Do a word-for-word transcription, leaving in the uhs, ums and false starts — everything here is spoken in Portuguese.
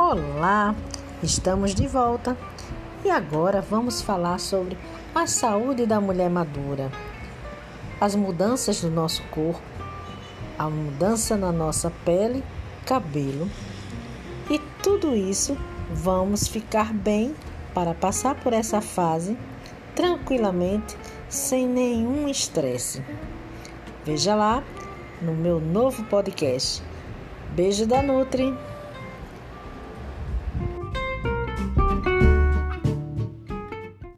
Olá, estamos de volta e agora vamos falar sobre a saúde da mulher madura, as mudanças do nosso corpo, a mudança na nossa pele, cabelo e tudo isso vamos ficar bem para passar por essa fase tranquilamente, sem nenhum estresse. Veja lá no meu novo podcast. Beijo da Nutri!